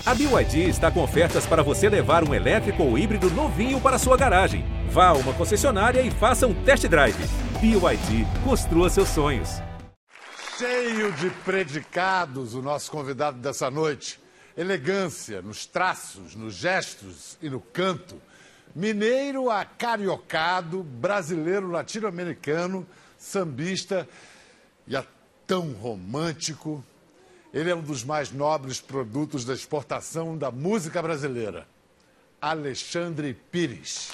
A BYD está com ofertas para você levar um elétrico ou híbrido novinho para sua garagem. Vá a uma concessionária e faça um test drive. BYD, construa seus sonhos. Cheio de predicados o nosso convidado dessa noite. Elegância nos traços, nos gestos e no canto. Mineiro acariocado, brasileiro latino-americano, sambista e tão romântico. Ele é um dos mais nobres produtos da exportação da música brasileira. Alexandre Pires.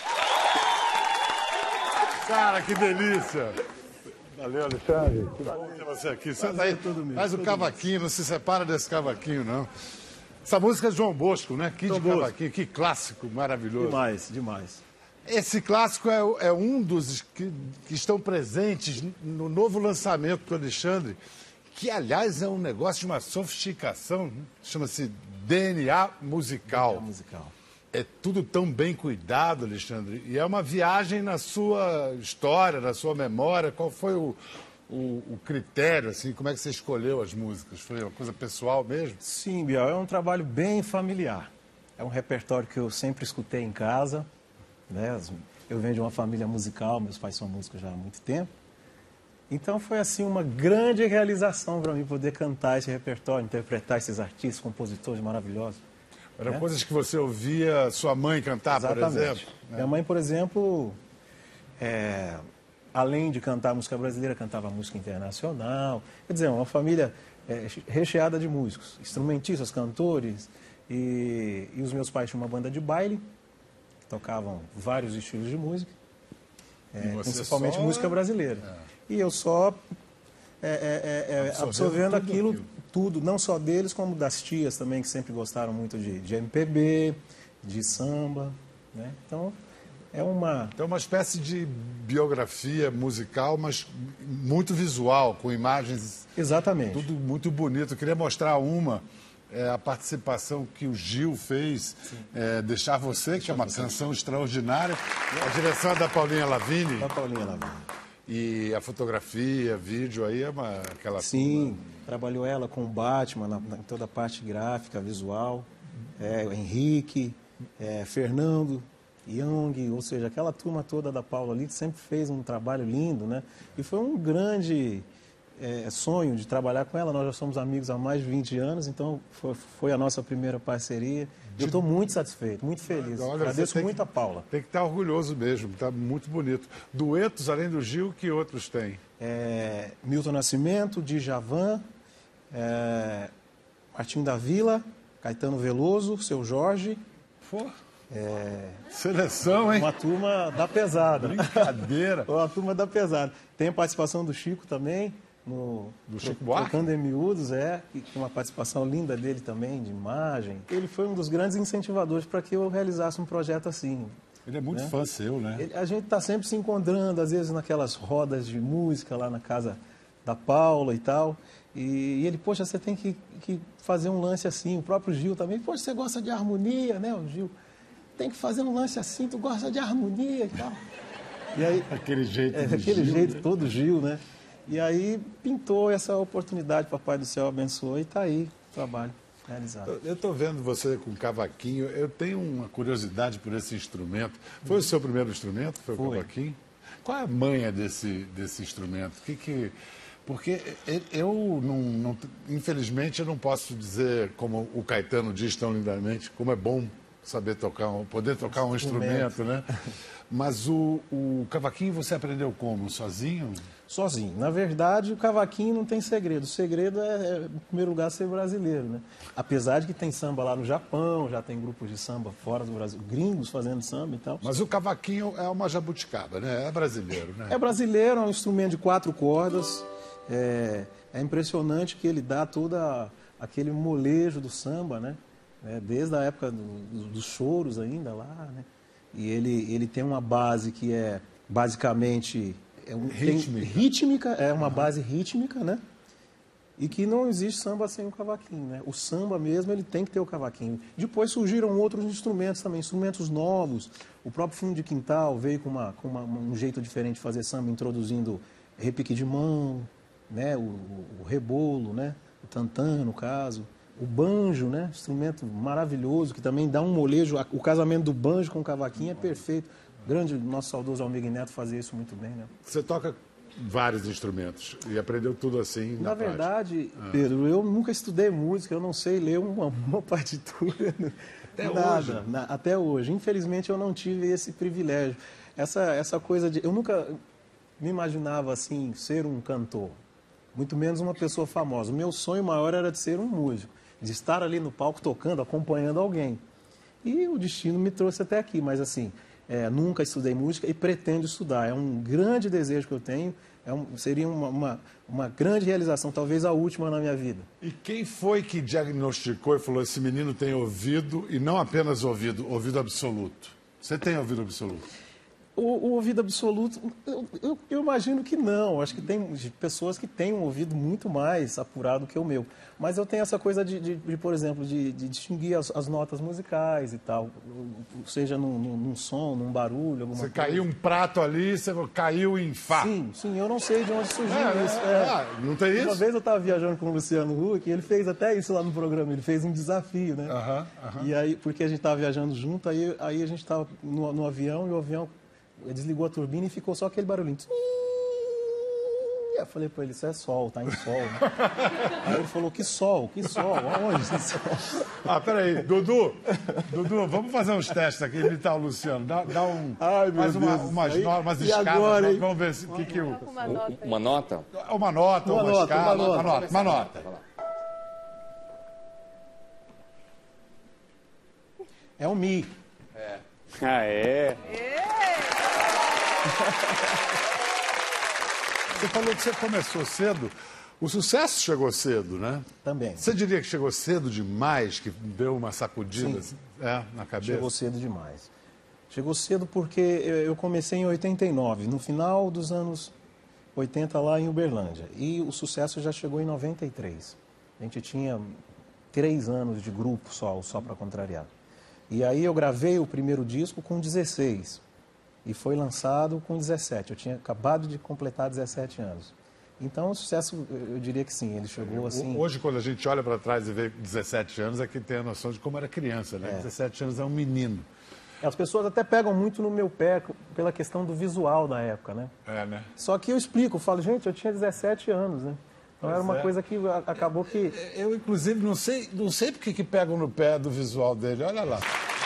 Cara, que delícia! Valeu, Alexandre. Que bom ter você aqui. Senta aí, faz o cavaquinho, não se separa desse cavaquinho, não. Essa música é João Bosco, né? Que de cavaquinho, que clássico maravilhoso. Demais, demais. Esse clássico é um dos que estão presentes no novo lançamento do Alexandre, que, aliás, é um negócio de uma sofisticação, né? Chama-se DNA musical. DNA musical. É tudo tão bem cuidado, Alexandre, e é uma viagem na sua história, na sua memória. Qual foi o critério, assim, como é que você escolheu as músicas? Foi uma coisa pessoal mesmo? Sim, Biel, é um trabalho bem familiar. É um repertório que eu sempre escutei em casa, né? Eu venho de uma família musical, meus pais são músicos já há muito tempo. Então foi assim uma grande realização para mim poder cantar esse repertório, interpretar esses artistas, compositores maravilhosos. Eram coisas que você ouvia sua mãe cantar, Exatamente. por exemplo? Né? Minha mãe, por exemplo, além de cantar música brasileira, cantava música internacional. Quer dizer, uma família recheada de músicos, instrumentistas, cantores. E os meus pais tinham uma banda de baile, que tocavam vários estilos de música, principalmente música brasileira. E eu só absorvendo aquilo tudo, não só deles, como das tias também, que sempre gostaram muito de MPB, de samba, né? Então, é uma espécie de biografia musical, mas muito visual, com imagens... Exatamente. Tudo muito bonito. Eu queria mostrar a participação que o Gil fez, Deixar Você, que é uma canção extraordinária. A direção é da Paulinha Lavigne. Da Paulinha Lavigne. E a fotografia, vídeo aí é aquela... Sim, trabalhou ela com o Batman, na toda a parte gráfica, visual, o Henrique, Fernando, Young, ou seja, aquela turma toda da Paula ali, que sempre fez um trabalho lindo, né? E foi um grande sonho de trabalhar com ela. Nós já somos amigos há mais de 20 anos, então foi a nossa primeira parceria. Eu estou muito satisfeito, muito feliz. Olha, agradeço muito a Paula. Tem que estar orgulhoso mesmo, está muito bonito. Duetos, além do Gil, que outros tem? Milton Nascimento, Djavan, Martinho da Vila, Caetano Veloso, Seu Jorge. Pô, seleção, hein? Uma turma da pesada. Brincadeira. Uma turma da pesada. Tem a participação do Chico também. Do Chico Buarque? Trocando em Miúdos, e com uma participação linda dele também, de imagem. Ele foi um dos grandes incentivadores para que eu realizasse um projeto assim. Ele é muito fã seu, né? A gente está sempre se encontrando, às vezes naquelas rodas de música lá na casa da Paula e tal. E ele, poxa, você tem que fazer um lance assim. O próprio Gil também, poxa, você gosta de harmonia, né, o Gil? Tem que fazer um lance assim, tu gosta de harmonia e tal. E aí, aquele jeito aquele Gil, jeito né? todo Gil, né? E aí pintou essa oportunidade, Papai do Céu abençoou, e está aí o trabalho realizado. Eu estou vendo você com cavaquinho, eu tenho uma curiosidade por esse instrumento. Foi o seu primeiro instrumento? Foi o cavaquinho? Qual é a manha desse instrumento? Porque eu não, infelizmente, eu não posso dizer, como o Caetano diz tão lindamente, como é bom saber poder tocar um instrumento, né? Mas o cavaquinho você aprendeu como? Sozinho? Sozinho. Na verdade, o cavaquinho não tem segredo. O segredo em primeiro lugar, ser brasileiro, né? Apesar de que tem samba lá no Japão, já tem grupos de samba fora do Brasil, gringos fazendo samba e tal. Mas o cavaquinho é uma jabuticaba, né? É brasileiro, né? É brasileiro, é um instrumento de 4 cordas. É impressionante que ele dá todo aquele molejo do samba, né? Desde a época dos choros ainda lá, né? E ele tem uma base que é basicamente rítmica, é uma base rítmica, né? E que não existe samba sem o cavaquinho, né? O samba mesmo, ele tem que ter o cavaquinho. Depois surgiram outros instrumentos também, instrumentos novos. O próprio fundo de quintal veio com um jeito diferente de fazer samba, introduzindo repique de mão, né? O rebolo, né? O tantã, no caso. O banjo, né? Instrumento maravilhoso, que também dá um molejo. O casamento do banjo com o cavaquinho é perfeito. Grande, nosso saudoso Almir Neto fazia isso muito bem, né? Você toca vários instrumentos e aprendeu tudo assim na prática. Verdade, Pedro, eu nunca estudei música, eu não sei ler uma partitura. Até hoje. Infelizmente, eu não tive esse privilégio. Essa coisa de... Eu nunca me imaginava, assim, ser um cantor. Muito menos uma pessoa famosa. O meu sonho maior era de ser um músico. De estar ali no palco tocando, acompanhando alguém. E o destino me trouxe até aqui. Mas, assim, nunca estudei música e pretendo estudar. É um grande desejo que eu tenho. Seria uma grande realização, talvez a última na minha vida. E quem foi que diagnosticou e falou: esse menino tem ouvido, e não apenas ouvido, ouvido absoluto? Você tem ouvido absoluto? O ouvido absoluto, eu imagino que não. Acho que tem pessoas que têm um ouvido muito mais apurado que o meu. Mas eu tenho essa coisa por exemplo, de distinguir as notas musicais e tal. Seja num som, num barulho, alguma coisa. Você caiu um prato ali, você caiu em Fá. Sim, eu não sei de onde surgiu isso. Não tem isso? Uma vez eu estava viajando com o Luciano Huck e ele fez até isso lá no programa. Ele fez um desafio, né? E aí, porque a gente estava viajando junto, aí a gente estava no avião e o avião... desligou a turbina e ficou só aquele barulhinho. Eu falei para ele, isso é sol, tá em sol. Né? Aí ele falou, que sol? Aonde esse sol? Peraí, Dudu, vamos fazer uns testes aqui, imitar o Luciano. Dá um... Ai, meu Deus. Umas escadas. Agora, vamos ver o que o... Uma nota? Uma nota, uma escada. Uma nota. É um Mi. É. Você falou que você começou cedo. O sucesso chegou cedo, né? Também. Você diria que chegou cedo demais, que deu uma sacudida na cabeça? Chegou cedo demais. Chegou cedo porque eu comecei em 89, no final dos anos 80 lá em Uberlândia. E o sucesso já chegou em 93. A gente tinha 3 anos de grupo só para contrariar. E aí eu gravei o primeiro disco com 16 e foi lançado com 17. Eu tinha acabado de completar 17 anos. Então o sucesso, eu diria que sim, ele chegou assim... Hoje, quando a gente olha para trás e vê 17 anos, é que tem a noção de como era criança, né? 17 anos é um menino. As pessoas até pegam muito no meu pé pela questão do visual da época, né? Né? Só que eu explico, eu falo, gente, eu tinha 17 anos, né? Então era uma coisa que acabou que... Eu, inclusive, não sei porque que pegam no pé do visual dele. Olha lá.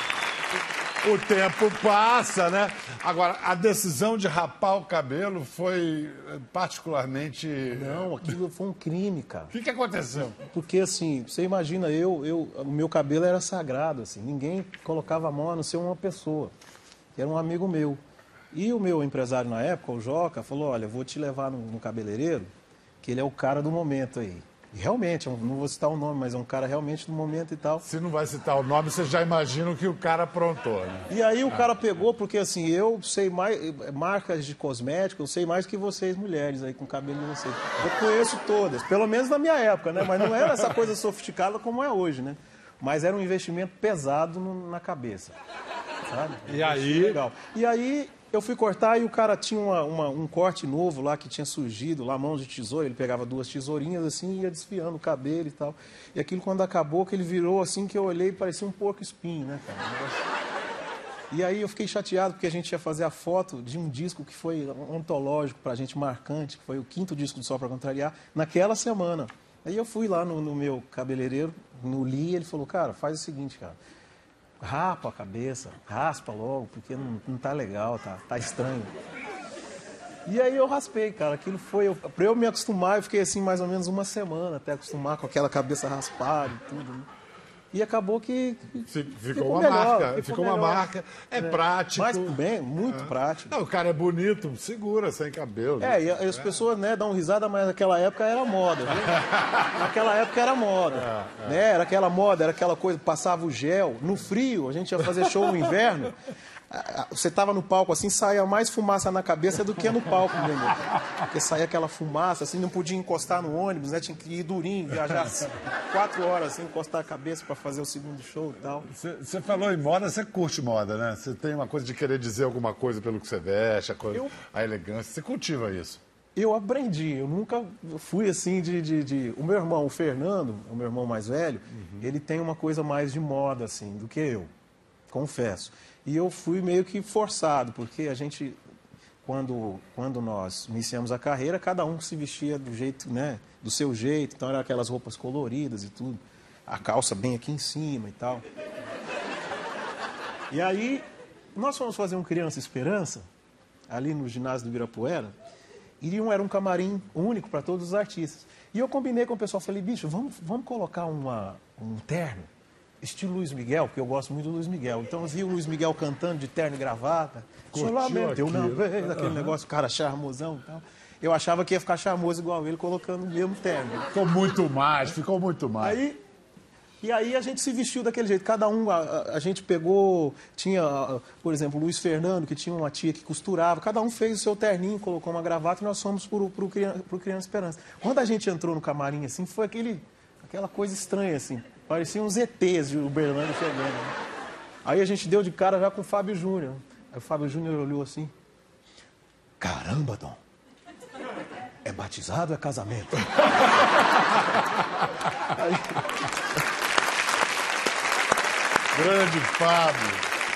O tempo passa, né? Agora, a decisão de rapar o cabelo foi particularmente... Não, aquilo foi um crime, cara. O que aconteceu? Porque, assim, você imagina, o meu cabelo era sagrado, assim. Ninguém colocava a mão a não ser uma pessoa, que era um amigo meu. E o meu empresário na época, o Joca, falou, olha, vou te levar no cabeleireiro, que ele é o cara do momento aí. E realmente, não vou citar o nome, mas é um cara realmente do momento e tal. Se não vai citar o nome, você já imagina o que o cara aprontou, né? E aí o cara pegou, porque assim, eu sei mais, marcas de cosméticos, eu sei mais que vocês mulheres aí com cabelo de vocês. Eu conheço todas, pelo menos na minha época, né? Mas não era essa coisa sofisticada como é hoje, né? Mas era um investimento pesado na cabeça, sabe? E aí? Legal. E aí... eu fui cortar e o cara tinha um corte novo lá que tinha surgido, lá mãos de tesoura, ele pegava 2 tesourinhas assim e ia desfiando o cabelo e tal. E aquilo quando acabou, que ele virou assim, que eu olhei e parecia um porco espinho, né, cara? E aí eu fiquei chateado porque a gente ia fazer a foto de um disco que foi ontológico pra gente, marcante, que foi o 5º disco do Só Pra Contrariar, naquela semana. Aí eu fui lá no meu cabeleireiro, no Li, ele falou, cara, faz o seguinte, cara. Rapa a cabeça, raspa logo, porque não tá legal, tá estranho. E aí eu raspei, cara, aquilo foi... Pra eu me acostumar, eu fiquei assim mais ou menos uma semana até acostumar com aquela cabeça raspada e tudo, né? E acabou que... Ficou uma melhor, marca. Ficou uma marca. É prático. Mas bem, muito prático. Não, o cara é bonito, segura, sem cabelo. E as pessoas, né, dão risada, mas naquela época era moda, viu? Naquela época era moda. Né? Era aquela moda, era aquela coisa, passava o gel. No frio, a gente ia fazer show no inverno. Você tava no palco assim, saía mais fumaça na cabeça do que no palco, entendeu? Porque saía aquela fumaça, assim, não podia encostar no ônibus, né? Tinha que ir durinho, viajar 4 horas, assim, encostar a cabeça para fazer o segundo show e tal. Você falou em moda, você curte moda, né? Você tem uma coisa de querer dizer alguma coisa pelo que você veste, a elegância. Você cultiva isso? Eu aprendi, eu nunca fui assim O meu irmão, o Fernando, o meu irmão mais velho, ele tem uma coisa mais de moda, assim, do que eu, confesso. E eu fui meio que forçado, porque a gente, quando nós iniciamos a carreira, cada um se vestia do jeito, né, do seu jeito, então eram aquelas roupas coloridas e tudo, a calça bem aqui em cima e tal. E aí, nós fomos fazer um Criança Esperança, ali no ginásio do Ibirapuera, e era um camarim único para todos os artistas. E eu combinei com o pessoal, falei, bicho, vamos colocar um terno, estilo Luiz Miguel, porque eu gosto muito do Luiz Miguel. Então eu vi o Luiz Miguel cantando de terno e gravata. Solamente eu não vejo aquele negócio, cara charmosão e tal. Eu achava que ia ficar charmoso igual ele, colocando o mesmo terno. Ficou muito mais. E aí a gente se vestiu daquele jeito. Cada um, a gente pegou, tinha, por exemplo, o Luiz Fernando, que tinha uma tia que costurava. Cada um fez o seu terninho, colocou uma gravata e nós fomos pro Criança Esperança. Quando a gente entrou no camarim, assim, foi aquela coisa estranha, assim. Pareciam uns ETs de Uberlândia chegando. Né? Aí a gente deu de cara já com o Fábio Júnior. Aí o Fábio Júnior olhou assim. Caramba, Dom. É batizado ou é casamento? Grande Fábio.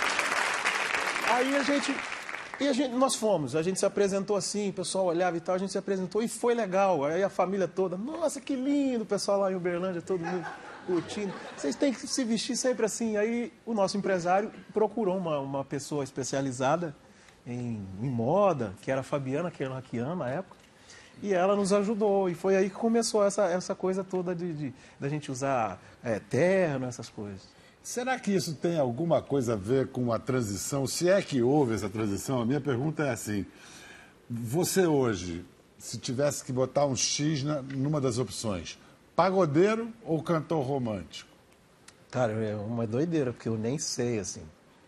Aí nós fomos, a gente se apresentou assim, o pessoal olhava e tal, a gente se apresentou e foi legal. Aí a família toda, nossa, que lindo, o pessoal lá em Uberlândia, todo mundo curtindo. Vocês têm que se vestir sempre assim. Aí o nosso empresário procurou uma pessoa especializada em moda, que era a Fabiana Kerlakian na época. E ela nos ajudou, e foi aí que começou essa coisa toda da gente usar terno, essas coisas. Será que isso tem alguma coisa a ver com a transição? Se é que houve essa transição, a minha pergunta é assim, você hoje, se tivesse que botar um X numa das opções, pagodeiro ou cantor romântico? Cara, é uma doideira, porque eu nem sei, assim.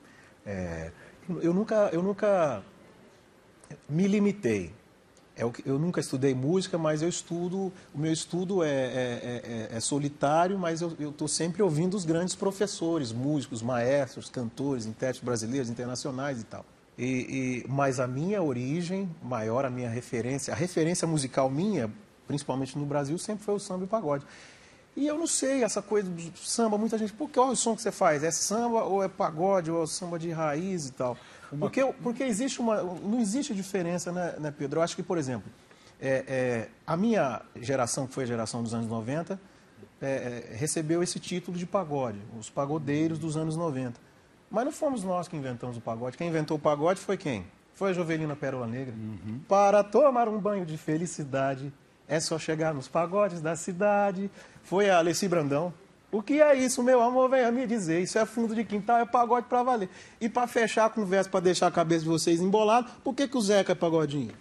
Eu nunca me limitei. Eu nunca estudei música, mas o meu estudo é solitário, mas eu estou sempre ouvindo os grandes professores, músicos, maestros, cantores, intérpretes brasileiros, internacionais e tal. Mas a minha origem maior, a minha referência, a referência musical minha, principalmente no Brasil, sempre foi o samba e o pagode. E eu não sei, essa coisa do samba, muita gente, qual é o som que você faz? É samba ou é pagode ou é samba de raiz e tal? Porque existe não existe diferença, né, Pedro? Eu acho que, por exemplo, a minha geração, que foi a geração dos anos 90, recebeu esse título de pagode, os pagodeiros dos anos 90. Mas não fomos nós que inventamos o pagode. Quem inventou o pagode foi quem? Foi a Jovelina Pérola Negra. Uhum. Para tomar um banho de felicidade, é só chegar nos pagodes da cidade. Foi a Alessi Brandão. O que é isso, meu amor? Venha me dizer. Isso é fundo de quintal, é pagode pra valer. E pra fechar a conversa, pra deixar a cabeça de vocês embolada, por que o Zeca é pagodinho?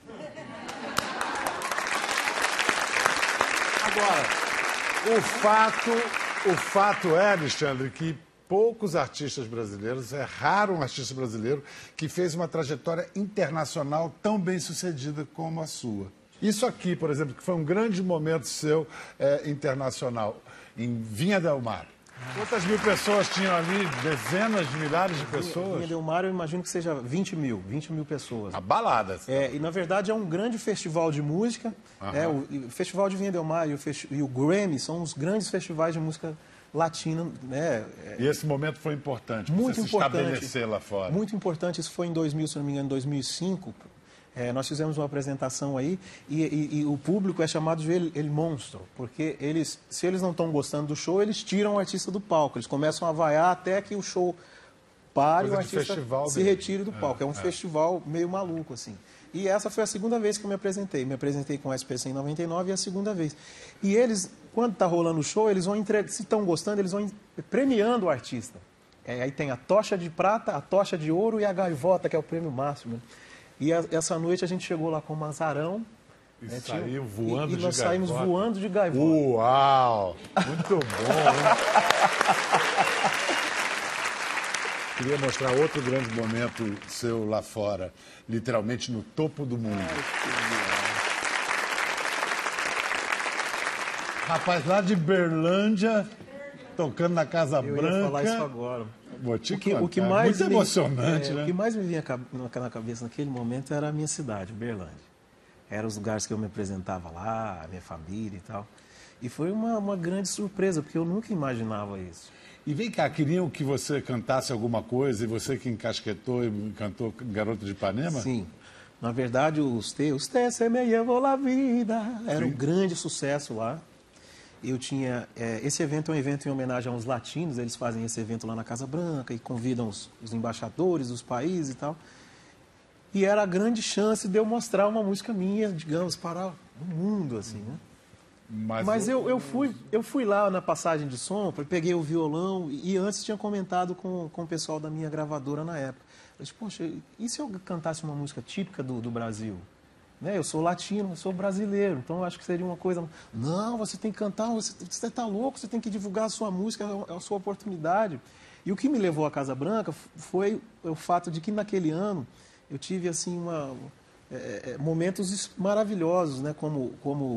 Agora, o fato é, Alexandre, que poucos artistas brasileiros, é raro um artista brasileiro que fez uma trajetória internacional tão bem sucedida como a sua. Isso aqui, por exemplo, que foi um grande momento seu internacional, em Vinha del Mar. Quantas mil pessoas tinham ali? Dezenas de milhares de pessoas? Vinha del Mar, eu imagino que seja 20 mil pessoas. A balada. E, na verdade, é um grande festival de música. Uhum. O Festival de Vinha del Mar e o Grammy são os grandes festivais de música latina. Né? E esse momento foi importante, para você se estabelecer lá fora. Muito importante. Isso foi em 2000, se não me engano, em 2005. Nós fizemos uma apresentação aí e o público é chamado de ele monstro, porque se eles não estão gostando do show, eles tiram o artista do palco. Eles começam a vaiar até que o show pare e o artista se retire do palco. É um festival meio maluco, assim. E essa foi a segunda vez que eu me apresentei. Me apresentei com o SPC em 99 e a segunda vez. E eles, quando está rolando o show, eles vão se estão gostando, eles vão premiando o artista. Aí tem a tocha de prata, a tocha de ouro e a gaivota, que é o prêmio máximo. E essa noite a gente chegou lá com um azarão. E saiu voando de gaivota. E nós saímos voando de gaivota. Uau! Muito bom, hein? Queria mostrar outro grande momento seu lá fora. Literalmente no topo do mundo. Rapaz, lá de Berlândia, tocando na Casa Branca. Eu ia falar isso agora. O que mais muito emocionante, né? O que mais me vinha na cabeça naquele momento era a minha cidade, Uberlândia. eram os lugares que eu me apresentava lá, a minha família e tal. E foi uma grande surpresa, porque eu nunca imaginava isso. E vem cá, queriam que você cantasse alguma coisa e você que encasquetou e cantou Garota de Ipanema? Sim. Na verdade, Usted se me llevó la vida era um grande sucesso lá. Eu tinha... esse evento é um evento em homenagem aos latinos, eles fazem esse evento lá na Casa Branca e convidam os embaixadores dos países e tal. E era a grande chance de eu mostrar uma música minha, digamos, para o mundo, assim, né? Mas eu fui lá na passagem de som, peguei o violão e antes tinha comentado com o pessoal da minha gravadora na época. Eu disse, poxa, e se eu cantasse uma música típica do Brasil? Né? Eu sou latino, eu sou brasileiro, então eu acho que seria uma coisa... Não, você tem que cantar, você está louco, você tem que divulgar a sua música, é a sua oportunidade. E o que me levou à Casa Branca foi o fato de que naquele ano eu tive assim momentos maravilhosos, né? Como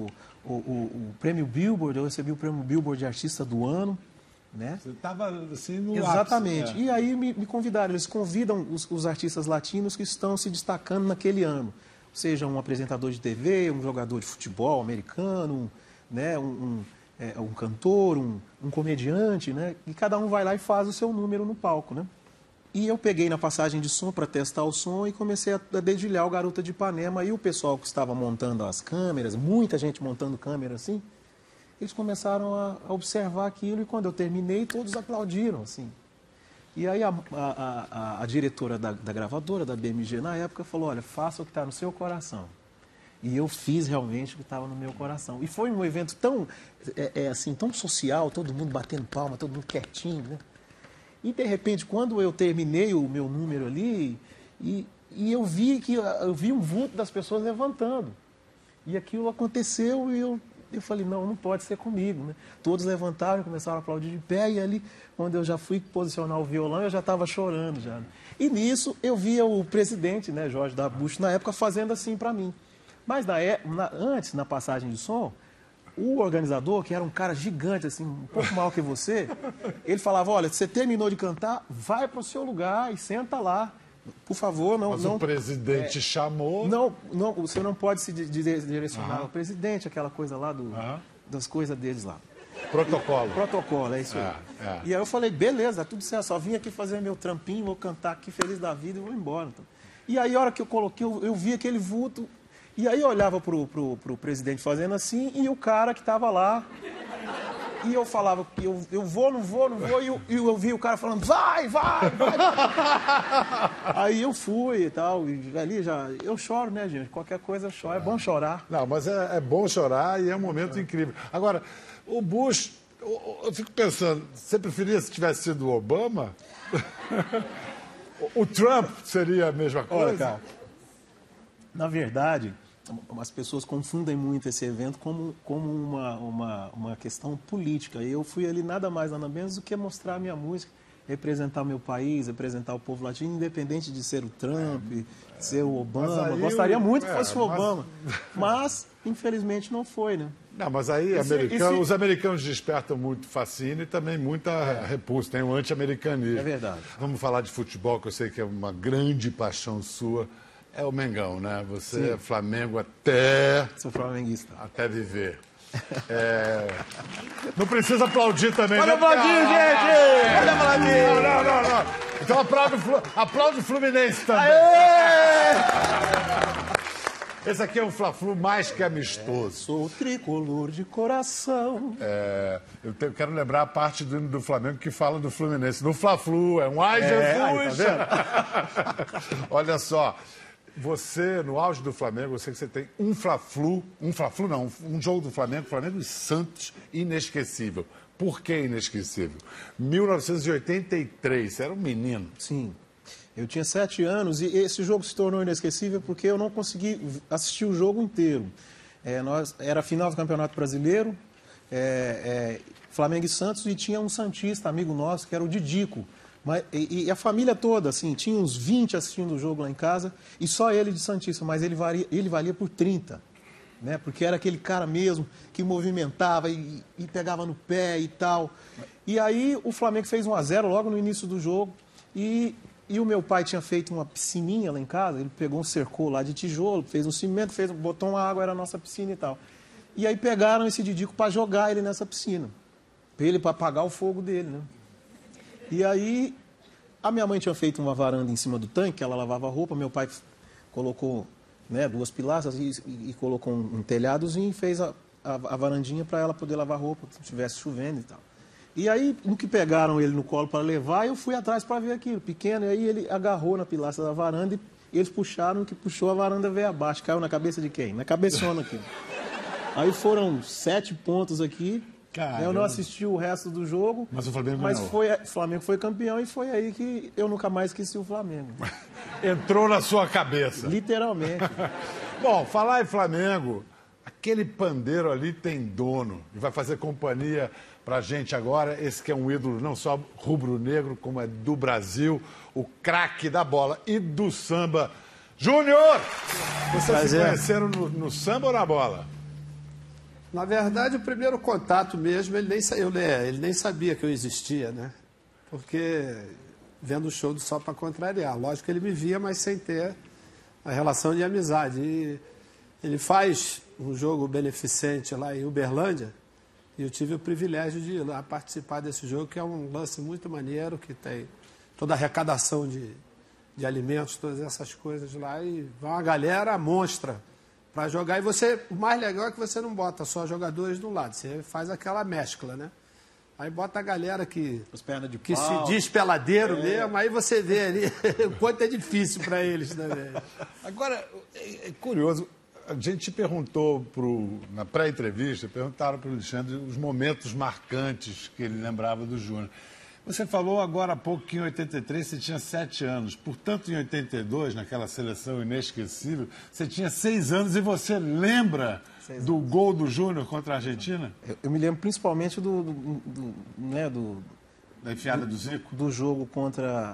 o prêmio Billboard, eu recebi o prêmio Billboard de Artista do Ano, né? Você estava assim no Exatamente. ápice, E aí me convidaram, eles convidam os artistas latinos que estão se destacando naquele ano. Seja um apresentador de TV, um jogador de futebol americano, né? um cantor, um comediante, né? E cada um vai lá e faz o seu número no palco, né? E eu peguei na passagem de som para testar o som e comecei a dedilhar o Garota de Ipanema. E o pessoal que estava montando as câmeras, muita gente montando câmera assim, eles começaram a observar aquilo e quando eu terminei, todos aplaudiram, assim. E aí a diretora da gravadora, da BMG na época, falou, olha, faça o que está no seu coração. E eu fiz realmente o que estava no meu coração. E foi um evento tão, assim, tão social, todo mundo batendo palma, todo mundo quietinho, né? E, de repente, quando eu terminei o meu número ali, e eu vi um vulto das pessoas levantando. E aquilo aconteceu e eu falei, não pode ser comigo, né? Todos levantaram, começaram a aplaudir de pé, e ali, quando eu já fui posicionar o violão, eu já estava chorando já. E nisso, eu via o presidente, né, George W. Bush, na época, fazendo assim para mim. Mas antes, na passagem de som, o organizador, que era um cara gigante, assim, um pouco maior que você, ele falava, olha, você terminou de cantar, vai para o seu lugar e senta lá. Por favor, não... Mas o presidente chamou... Não, você não pode se direcionar ao presidente, aquela coisa lá das coisas deles lá. Protocolo, é isso aí. E aí eu falei, beleza, tudo certo, só vim aqui fazer meu trampinho, vou cantar aqui feliz da vida e vou embora. Então. E aí a hora que eu coloquei, eu vi aquele vulto... E aí eu olhava pro presidente fazendo assim, e o cara que estava lá, e eu falava, eu vou, não vou, e eu vi o cara falando, vai. Aí eu fui e tal, e ali eu choro, né, gente? Qualquer coisa eu choro, é bom chorar. Não, mas é bom chorar e é um momento incrível. Agora, o Bush, eu fico pensando, você preferia se tivesse sido o Obama? O Trump seria a mesma coisa? Olha, cara, na verdade, as pessoas confundem muito esse evento como uma questão política. E eu fui ali nada mais, nada menos do que mostrar a minha música, representar o meu país, representar o povo latino, independente de ser o Trump, de ser o Obama. Gostaria muito que fosse o Obama. Mas, infelizmente, não foi, né? Não, mas aí os americanos despertam muito fascínio e também muita repulsa, tem um anti-americanismo. É verdade. Vamos falar de futebol, que eu sei que é uma grande paixão sua. É o Mengão, né? Você Sim. é Flamengo até... Sou flamenguista. Até viver. Não precisa aplaudir também, Pode né? aplaudir, gente! Pode aplaudir! Não. Então aplaude o Fluminense também. Aê! Esse aqui é um Fla-Flu mais que amistoso. Sou tricolor de coração. Eu quero lembrar a parte do hino do Flamengo que fala do Fluminense. No Fla-Flu, Ai, Jesus! Aí, tá vendo? Olha só, você, no auge do Flamengo, eu sei que você tem um Fla-Flu não, um jogo do Flamengo e Santos inesquecível. Por que inesquecível? 1983, você era um menino. Sim. Eu tinha 7 anos e esse jogo se tornou inesquecível porque eu não consegui assistir o jogo inteiro. Era a final do Campeonato Brasileiro, Flamengo e Santos, e tinha um santista, amigo nosso, que era o Didico. E a família toda, assim, tinha uns 20 assistindo o jogo lá em casa, e só ele de santista, mas ele valia por 30. Né? Porque era aquele cara mesmo que movimentava e pegava no pé e tal. E aí o Flamengo fez 1-0 logo no início do jogo, e E o meu pai tinha feito uma piscininha lá em casa, ele pegou um cercou lá de tijolo, fez um cimento, botou uma água, era a nossa piscina e tal. E aí pegaram esse Didico para jogar ele nessa piscina, para apagar o fogo dele, né? E aí a minha mãe tinha feito uma varanda em cima do tanque, ela lavava roupa, meu pai colocou, né, 2 pilastras e colocou um telhadozinho e fez a varandinha para ela poder lavar roupa, se estivesse chovendo e tal. E aí, no que pegaram ele no colo para levar, eu fui atrás para ver aquilo, pequeno, e aí ele agarrou na pilastra da varanda e eles puxaram, que puxou a varanda veio abaixo. Caiu na cabeça de quem? Na cabeçona aqui. Aí foram 7 pontos aqui. Caramba. Eu não assisti o resto do jogo. Mas o Flamengo ganhou. O Flamengo foi campeão e foi aí que eu nunca mais esqueci o Flamengo. Entrou na sua cabeça. Literalmente. Bom, falar em Flamengo, aquele pandeiro ali tem dono e vai fazer companhia pra gente agora. Esse que é um ídolo não só rubro-negro, como é do Brasil, o craque da bola e do samba. Júnior! Vocês se conheceram no samba ou na bola? Na verdade, o primeiro contato mesmo, ele nem sabia que eu existia, né? Porque vendo o show do Só Pra Contrariar. Lógico que ele me via, mas sem ter a relação de amizade. E ele faz um jogo beneficente lá em Uberlândia e eu tive o privilégio de ir lá participar desse jogo, que é um lance muito maneiro, que tem toda a arrecadação de alimentos, todas essas coisas lá, e vai uma galera monstra para jogar. E o mais legal é que você não bota só jogadores do lado, você faz aquela mescla, né? Aí bota a galera que se diz peladeiro mesmo, aí você vê ali o quanto é difícil para eles também. Agora, é curioso, a gente perguntou na pré-entrevista, perguntaram para o Alexandre os momentos marcantes que ele lembrava do Júnior. Você falou agora há pouco que em 83 você tinha 7 anos. Portanto, em 82, naquela seleção inesquecível, você tinha 6 anos e você lembra do gol do Júnior contra a Argentina? Eu me lembro principalmente da enfiada do Zico? Do jogo contra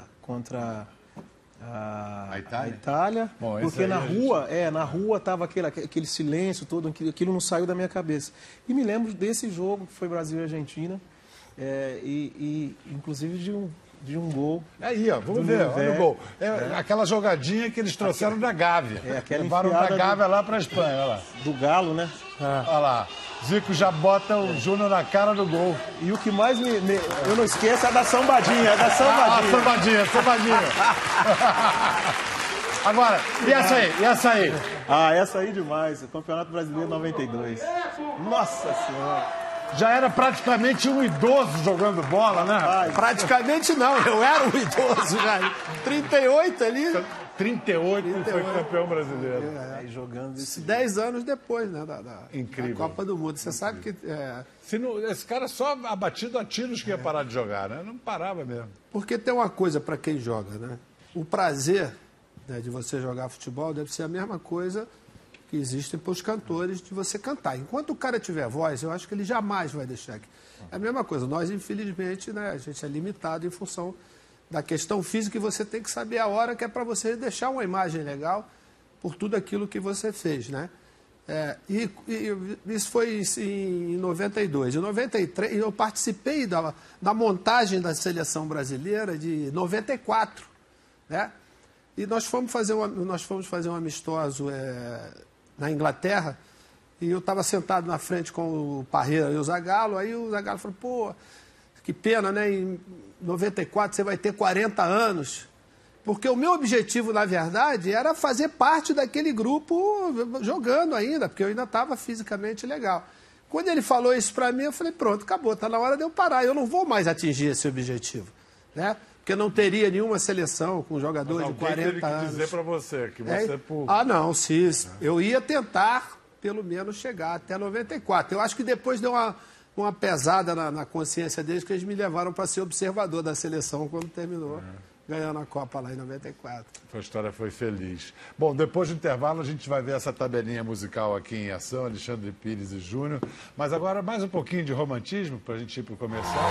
a Itália. Bom, porque na rua estava aquele silêncio todo, aquilo não saiu da minha cabeça. E me lembro desse jogo que foi Brasil e Argentina. Inclusive de um gol. Aí, ó, vamos ver, olha o gol. Aquela jogadinha que eles trouxeram da Gávea. Levaram da Gávea lá para a Espanha, olha lá. Do Galo, né? Olha lá. Zico já bota o Júnior na cara do gol. E o que mais eu não esqueço é da sambadinha, sambadinha. Agora, e essa aí? Essa aí demais. O Campeonato Brasileiro 92. Nossa Senhora. Já era praticamente um idoso jogando bola, né? Praticamente não, eu era um idoso já. 38 ali. 38 foi campeão brasileiro. Jogando isso 10 anos depois, né? Incrível. Da Copa do Mundo. Você sabe que... esse cara só abatido a tiros que ia parar de jogar, né? Não parava mesmo. Porque tem uma coisa para quem joga, né? O prazer, né, de você jogar futebol deve ser a mesma coisa que existem para os cantores de você cantar. Enquanto o cara tiver voz, eu acho que ele jamais vai deixar aqui. É a mesma coisa. Nós, infelizmente, né, a gente é limitado em função da questão física e você tem que saber a hora que é para você deixar uma imagem legal por tudo aquilo que você fez, né? E isso foi em 92. Em 93, eu participei da montagem da seleção brasileira de 94, né? E nós fomos fazer um amistoso na Inglaterra, e eu estava sentado na frente com o Parreira e o Zagallo, aí o Zagallo falou, pô, que pena, né? Em 94 você vai ter 40 anos. Porque o meu objetivo, na verdade, era fazer parte daquele grupo jogando ainda, porque eu ainda estava fisicamente legal. Quando ele falou isso para mim, eu falei, pronto, acabou, está na hora de eu parar, eu não vou mais atingir esse objetivo, né? Porque não teria nenhuma seleção com jogador de 40 anos. Dizer para você que você... não, eu ia tentar, pelo menos, chegar até 94. Eu acho que depois deu uma pesada na consciência deles, que eles me levaram para ser observador da seleção quando terminou ganhando a Copa lá em 94. A história foi feliz. Bom, depois do intervalo a gente vai ver essa tabelinha musical aqui em ação, Alexandre Pires e Júnior. Mas agora mais um pouquinho de romantismo para a gente ir para o comercial.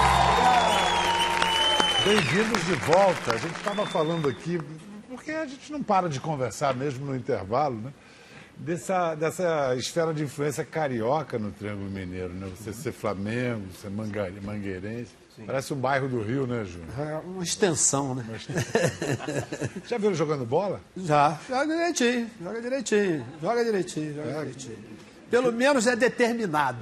Bem-vindos de volta. A gente estava falando aqui, porque a gente não para de conversar mesmo no intervalo, né? Dessa esfera de influência carioca no Triângulo Mineiro, né? Você ser Flamengo, ser mangueirense. Parece um bairro do Rio, né, Júnior? É uma extensão, né? Já viu ele jogando bola? Já. Joga direitinho. Pelo menos é determinado.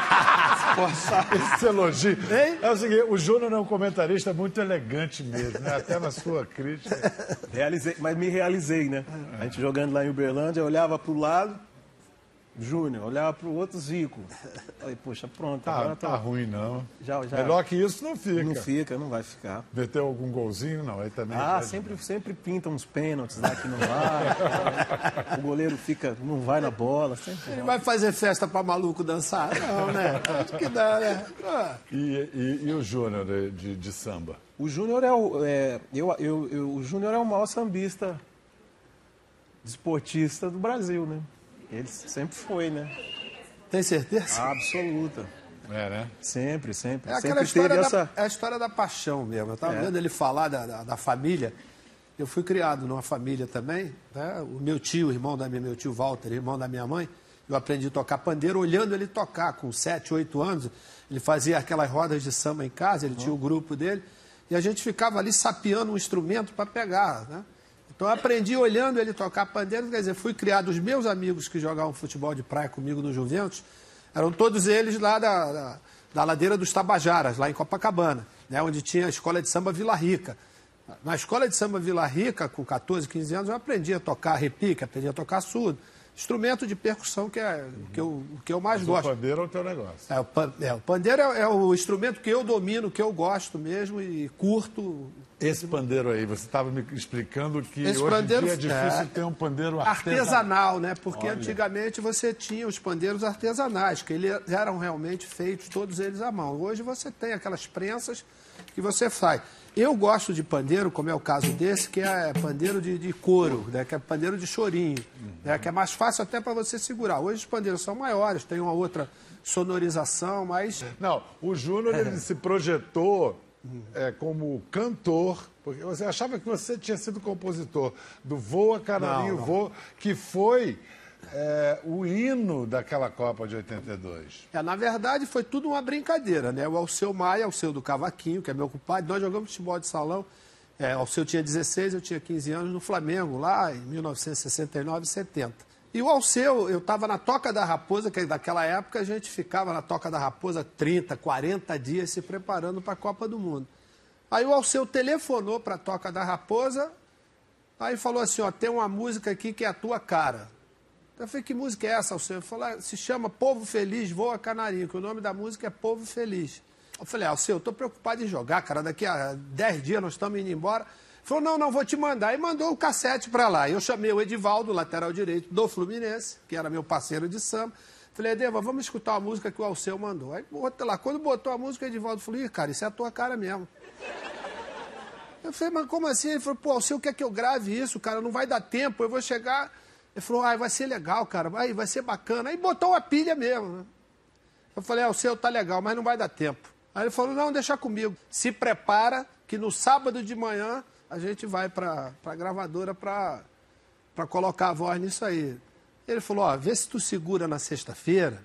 Esse elogio. Hein? É o seguinte, o Júnior é um comentarista muito elegante mesmo, né? Até na sua crítica. Mas me realizei, né? A gente jogando lá em Uberlândia, eu olhava pro lado, Júnior, olhava pro outro, Zico. Falei, poxa, pronto. Agora Tá ruim, não. Já. Melhor que isso não fica. Não fica, não vai ficar. Meteu algum golzinho? Não, aí também... Sempre pinta uns pênaltis lá que não vai. O goleiro não vai na bola. Sempre Ele vai fazer festa pra maluco dançar? Não, né? Acho que dá, né? E o Júnior de samba? O Júnior o Júnior é o maior sambista desportista do Brasil, né? Ele sempre foi, né? Tem certeza? Absoluta. É, né? Sempre. É aquela história, é a história da paixão mesmo. Eu estava vendo ele falar da família. Eu fui criado numa família também. Né? O meu tio, meu tio Walter, irmão da minha mãe, eu aprendi a tocar pandeiro olhando ele tocar. Com 7, 8 anos, ele fazia aquelas rodas de samba em casa, ele tinha o grupo dele. E a gente ficava ali sapeando um instrumento para pegar, né? Então eu aprendi olhando ele tocar pandeiro, quer dizer, fui criado, os meus amigos que jogavam futebol de praia comigo no Juventus, eram todos eles lá da ladeira dos Tabajaras, lá em Copacabana, né, onde tinha a escola de samba Vila Rica. Na escola de samba Vila Rica, com 14, 15 anos, eu aprendi a tocar repique, aprendi a tocar surdo. Instrumento de percussão que é o que eu mais gosto. O pandeiro é o teu negócio. O pandeiro é o instrumento que eu domino, que eu gosto mesmo e curto. Esse pandeiro aí, você estava me explicando que Esse hoje em pandeiro, dia é difícil ter um pandeiro artesanal, né? Porque antigamente você tinha os pandeiros artesanais, que eles eram realmente feitos, todos eles à mão. Hoje você tem aquelas prensas que você faz. Eu gosto de pandeiro, como é o caso desse, que é pandeiro de couro, né? Que é pandeiro de chorinho, né? Que é mais fácil até para você segurar. Hoje os pandeiros são maiores, tem uma outra sonorização, mas... Não, o Júnior ele se projetou como cantor, porque você achava que você tinha sido compositor do Voa Canarinho Voa, que foi o hino daquela Copa de 82. Na verdade, foi tudo uma brincadeira, né? O Alceu Maia, Alceu do Cavaquinho, que é meu compadre, nós jogamos futebol de salão. Alceu tinha 16, eu tinha 15 anos no Flamengo, lá em 1969, 70. E o Alceu, eu estava na Toca da Raposa, que daquela época a gente ficava na Toca da Raposa 30, 40 dias se preparando para a Copa do Mundo. Aí o Alceu telefonou para a Toca da Raposa, aí falou assim, ó, tem uma música aqui que é a tua cara. Eu falei, que música é essa, Alceu? Ele falou, se chama Povo Feliz, Voa Canarinho, que o nome da música é Povo Feliz. Eu falei, Alceu, eu estou preocupado em jogar, cara, daqui a 10 dias nós estamos indo embora. Ele falou, não, vou te mandar. E mandou o cassete para lá. Eu chamei o Edivaldo, lateral direito do Fluminense, que era meu parceiro de samba. Falei, Edeva, vamos escutar a música que o Alceu mandou. Aí, lá, quando botou a música, o Edivaldo falou, cara, isso é a tua cara mesmo. Eu falei, mas como assim? Ele falou, pô, Alceu quer que eu grave isso, cara, não vai dar tempo, eu vou chegar... Ele falou, vai ser legal, cara, vai ser bacana. Aí botou uma pilha mesmo, né? Eu falei, Alceu, tá legal, mas não vai dar tempo. Aí ele falou, não, deixa comigo. Se prepara que no sábado de manhã a gente vai para a gravadora para colocar a voz nisso aí. Ele falou, ó, vê se tu segura na sexta-feira,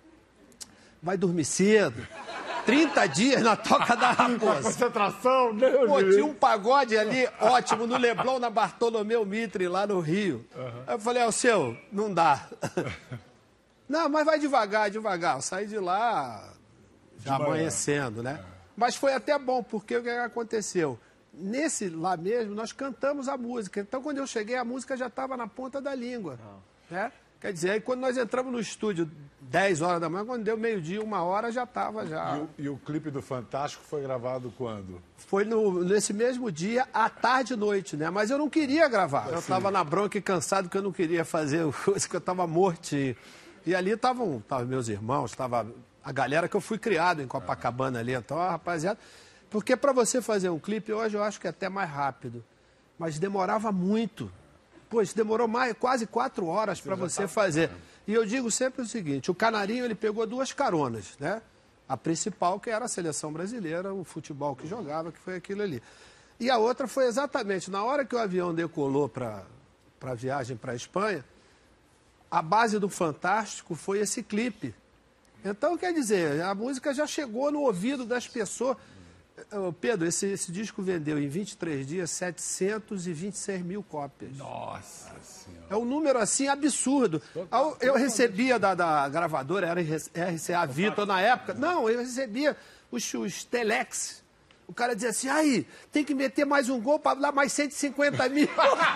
vai dormir cedo, 30 dias na Toca da Raposa. Concentração, Deus. Pô, tinha um pagode ali ótimo no Leblon, na Bartolomeu Mitre, lá no Rio. Aí eu falei, Alceu, não dá. Não, mas vai devagar. Eu saí de lá já amanhecendo, né? Mas foi até bom, porque o que aconteceu? Nesse lá mesmo, nós cantamos a música. Então, quando eu cheguei, a música já estava na ponta da língua. Né? Quer dizer, aí quando nós entramos no estúdio 10 horas da manhã, quando deu meio-dia, 1h, já estava já. E o clipe do Fantástico foi gravado quando? Foi nesse mesmo dia, à tarde e noite, né? Mas eu não queria gravar. Eu estava na bronca e cansado, que eu não queria fazer coisa, que eu estava mortinho. E ali estavam meus irmãos, estava a galera que eu fui criado em Copacabana ali. Então, a rapaziada... Porque para você fazer um clipe, hoje eu acho que é até mais rápido. Mas demorava muito. Pô, isso demorou quase 4 horas para você fazer. E eu digo sempre o seguinte, o Canarinho ele pegou 2 caronas, né? A principal, que era a seleção brasileira, o futebol que jogava, que foi aquilo ali. E a outra foi exatamente, na hora que o avião decolou para a viagem para a Espanha, a base do Fantástico foi esse clipe. Então, quer dizer, a música já chegou no ouvido das pessoas. Pedro, esse disco vendeu em 23 dias 726 mil cópias. Nossa Senhora. É um número assim absurdo. Eu recebia da gravadora, era RCA Victor na época. Não, eu recebia os telex. O cara dizia assim, aí, tem que meter mais um gol para dar mais 150 mil.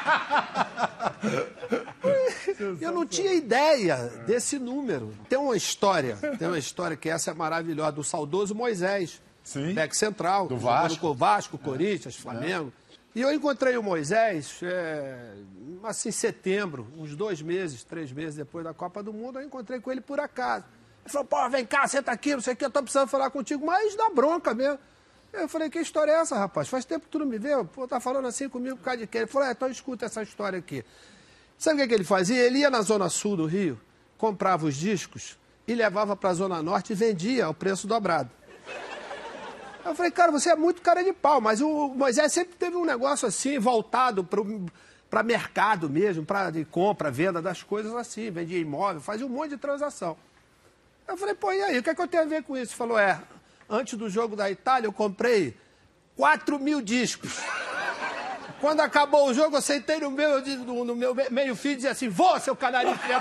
Eu não tinha ideia desse número. Tem uma história que essa é maravilhosa, do saudoso Moisés. Sim. Back central. Do Vasco. Vasco, Corinthians, Flamengo. E eu encontrei o Moisés, assim, em setembro, uns 2 meses, 3 meses depois da Copa do Mundo, eu encontrei com ele por acaso. Ele falou, pô, vem cá, senta aqui, não sei o que, eu tô precisando falar contigo, mas dá bronca mesmo. Eu falei, que história é essa, rapaz? Faz tempo que tu não me vê, pô, tá falando assim comigo por causa de quê? Ele falou, então escuta essa história aqui. Sabe o que ele fazia? Ele ia na Zona Sul do Rio, comprava os discos e levava pra Zona Norte e vendia ao preço dobrado. Eu falei, cara, você é muito cara de pau, mas o Moisés sempre teve um negócio assim, voltado para mercado mesmo, para de compra, venda das coisas assim, vendia imóvel, fazia um monte de transação. Eu falei, pô, e aí, o que é que eu tenho a ver com isso? Ele falou, antes do jogo da Itália eu comprei 4 mil discos. Quando acabou o jogo, eu sentei no meu meio-fio e dizia assim, vou, seu canarinho preto.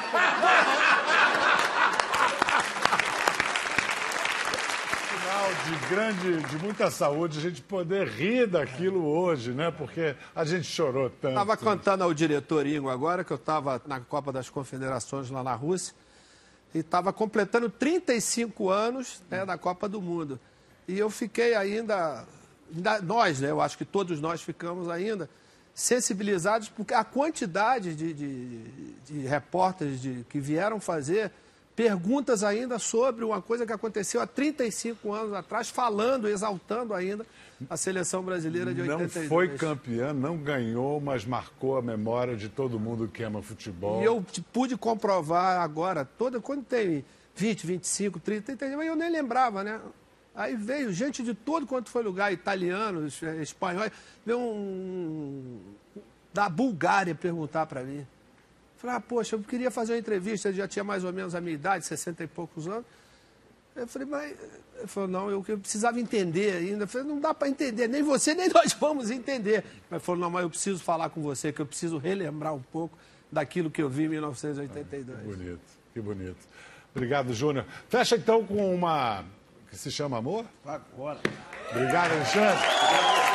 De muita saúde, a gente poder rir daquilo hoje, né? Porque a gente chorou tanto. Estava contando ao diretor Ingo agora, que eu estava na Copa das Confederações lá na Rússia, e estava completando 35 anos, né, da Copa do Mundo. E eu fiquei ainda nós, né? Eu acho que todos nós ficamos ainda sensibilizados, porque a quantidade de repórteres que vieram fazer perguntas ainda sobre uma coisa que aconteceu há 35 anos atrás, falando, exaltando ainda a seleção brasileira de 82. Não foi campeã, não ganhou, mas marcou a memória de todo mundo que ama futebol. E eu pude comprovar agora, quando tem 20, 25, 30, mas eu nem lembrava, né? Aí veio gente de todo quanto foi lugar, italianos, espanhóis, veio da Bulgária perguntar para mim. Falei, poxa, eu queria fazer uma entrevista, ele já tinha mais ou menos a minha idade, 60 e poucos anos. Eu falei, mas... Ele falou, não, eu precisava entender ainda. Eu falei, não dá para entender, nem você, nem nós vamos entender. Mas falou, não, mas eu preciso falar com você, que eu preciso relembrar um pouco daquilo que eu vi em 1982. Que bonito, que bonito. Obrigado, Júnior. Fecha então com uma que se chama Amor? Agora. Obrigado, Alexandre.